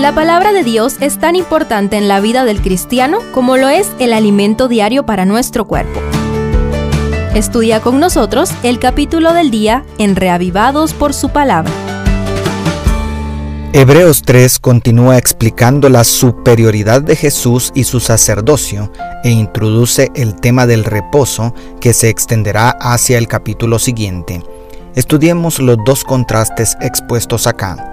La palabra de Dios es tan importante en la vida del cristiano como lo es el alimento diario para nuestro cuerpo. Estudia con nosotros el capítulo del día en Reavivados por su palabra. Hebreos 3 continúa explicando la superioridad de Jesús y su sacerdocio e introduce el tema del reposo que se extenderá hacia el capítulo siguiente. Estudiemos los dos contrastes expuestos acá.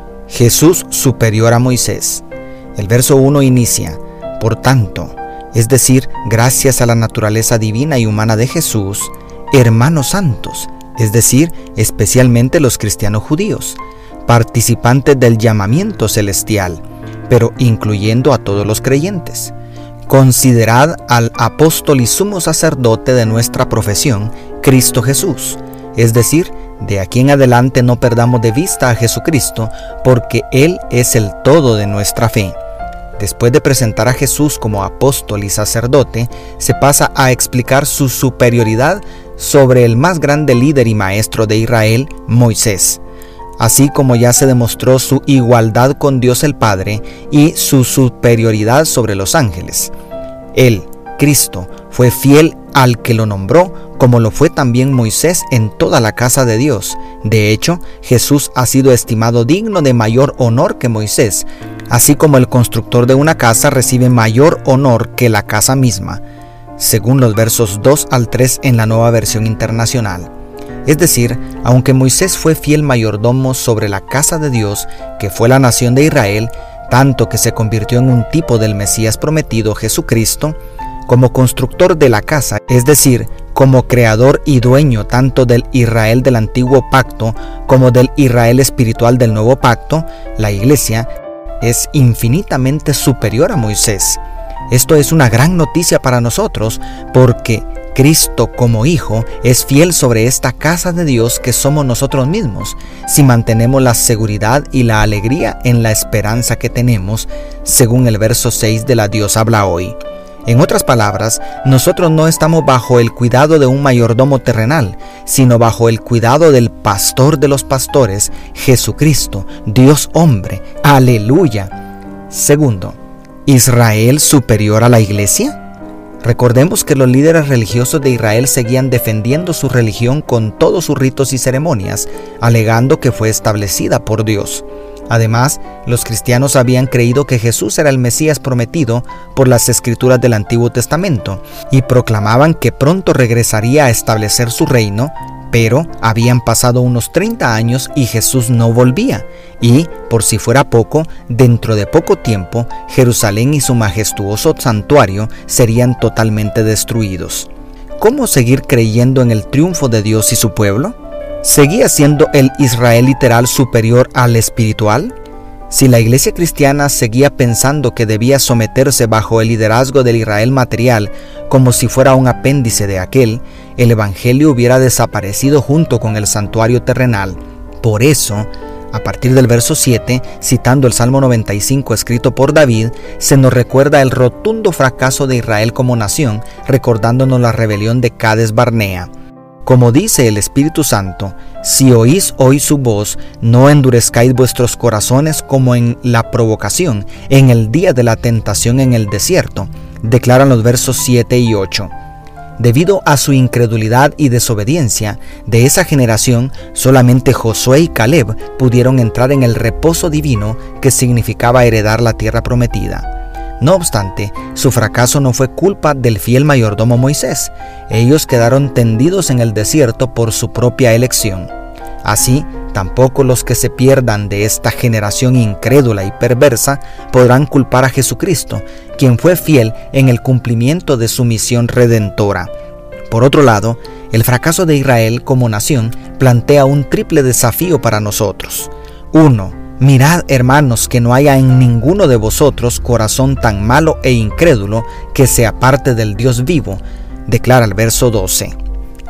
Jesús superior a Moisés. El verso 1 inicia: por tanto, es decir, gracias a la naturaleza divina y humana de Jesús, hermanos santos, es decir, especialmente los cristianos judíos, participantes del llamamiento celestial, pero incluyendo a todos los creyentes. Considerad al apóstol y sumo sacerdote de nuestra profesión, Cristo Jesús, es decir, de aquí en adelante no perdamos de vista a Jesucristo, porque Él es el todo de nuestra fe. Después de presentar a Jesús como apóstol y sacerdote, se pasa a explicar su superioridad sobre el más grande líder y maestro de Israel, Moisés, así como ya se demostró su igualdad con Dios el Padre y su superioridad sobre los ángeles. Él, Cristo, fue fiel al que lo nombró, como lo fue también Moisés en toda la casa de Dios. De hecho, Jesús ha sido estimado digno de mayor honor que Moisés, así como el constructor de una casa recibe mayor honor que la casa misma, según los versos 2 al 3 en la Nueva Versión Internacional. Es decir, aunque Moisés fue fiel mayordomo sobre la casa de Dios, que fue la nación de Israel, tanto que se convirtió en un tipo del Mesías prometido, Jesucristo, como constructor de la casa, es decir, como creador y dueño tanto del Israel del antiguo pacto como del Israel espiritual del nuevo pacto, la iglesia es infinitamente superior a Moisés. Esto es una gran noticia para nosotros, porque Cristo como Hijo es fiel sobre esta casa de Dios que somos nosotros mismos, si mantenemos la seguridad y la alegría en la esperanza que tenemos, según el verso 6 de la Dios habla hoy. En otras palabras, nosotros no estamos bajo el cuidado de un mayordomo terrenal, sino bajo el cuidado del pastor de los pastores, Jesucristo, Dios hombre. ¡Aleluya! Segundo, ¿Israel superior a la iglesia? Recordemos que los líderes religiosos de Israel seguían defendiendo su religión con todos sus ritos y ceremonias, alegando que fue establecida por Dios. Además, los cristianos habían creído que Jesús era el Mesías prometido por las Escrituras del Antiguo Testamento y proclamaban que pronto regresaría a establecer su reino, pero habían pasado unos 30 años y Jesús no volvía, y, por si fuera poco, dentro de poco tiempo, Jerusalén y su majestuoso santuario serían totalmente destruidos. ¿Cómo seguir creyendo en el triunfo de Dios y su pueblo? ¿Seguía siendo el Israel literal superior al espiritual? Si la iglesia cristiana seguía pensando que debía someterse bajo el liderazgo del Israel material como si fuera un apéndice de aquel, el evangelio hubiera desaparecido junto con el santuario terrenal. Por eso, a partir del verso 7, citando el Salmo 95 escrito por David, se nos recuerda el rotundo fracaso de Israel como nación, recordándonos la rebelión de Cades Barnea. Como dice el Espíritu Santo, si oís hoy su voz, no endurezcáis vuestros corazones como en la provocación, en el día de la tentación en el desierto, declaran los versos 7 y 8. Debido a su incredulidad y desobediencia de esa generación, solamente Josué y Caleb pudieron entrar en el reposo divino que significaba heredar la tierra prometida. No obstante, su fracaso no fue culpa del fiel mayordomo Moisés. Ellos quedaron tendidos en el desierto por su propia elección. Así, tampoco los que se pierdan de esta generación incrédula y perversa podrán culpar a Jesucristo, quien fue fiel en el cumplimiento de su misión redentora. Por otro lado, el fracaso de Israel como nación plantea un triple desafío para nosotros. 1. Mirad, hermanos, que no haya en ninguno de vosotros corazón tan malo e incrédulo que se aparte del Dios vivo, declara el verso 12.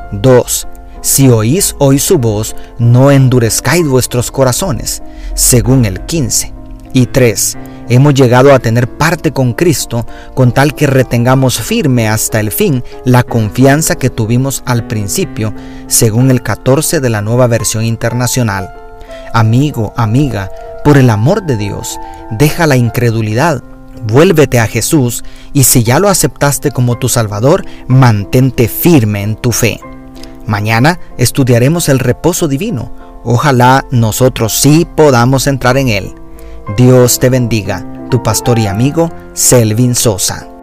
2. Si oís hoy su voz, no endurezcáis vuestros corazones, según el 15. Y 3. Hemos llegado a tener parte con Cristo, con tal que retengamos firme hasta el fin la confianza que tuvimos al principio, según el 14 de la Nueva Versión Internacional. Amigo, amiga, Por el amor de Dios, deja la incredulidad, vuélvete a Jesús y si ya lo aceptaste como tu Salvador, mantente firme en tu fe. Mañana estudiaremos el reposo divino. Ojalá nosotros sí podamos entrar en él. Dios te bendiga, tu pastor y amigo Selvin Sosa.